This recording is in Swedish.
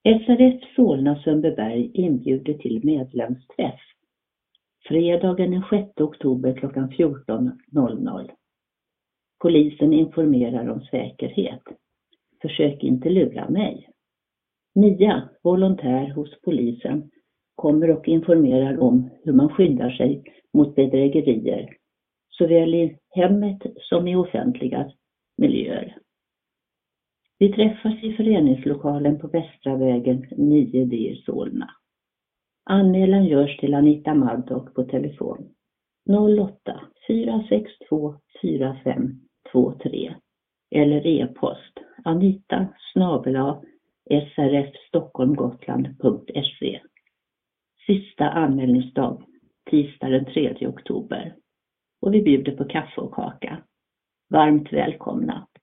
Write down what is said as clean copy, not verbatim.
SRF Solna-Sundbyberg inbjuder till medlemsträff. Fredagen den 6 oktober klockan 14.00. Polisen informerar om säkerhet. Försök inte lura mig. Mia, volontär hos polisen, kommer och informerar om hur man skyddar sig mot bedrägerier, såväl i hemmet som i offentliga miljöer. Vi träffas i föreningslokalen på Västra vägen 9D i Solna. Anmälan görs till Anita Maddock på telefon 08 462 4523 eller e-post anita@srfstockholmgotland.se. Sista anmälningsdag tisdag den 3 oktober. Och vi bjuder på kaffe och kaka. Varmt välkomna.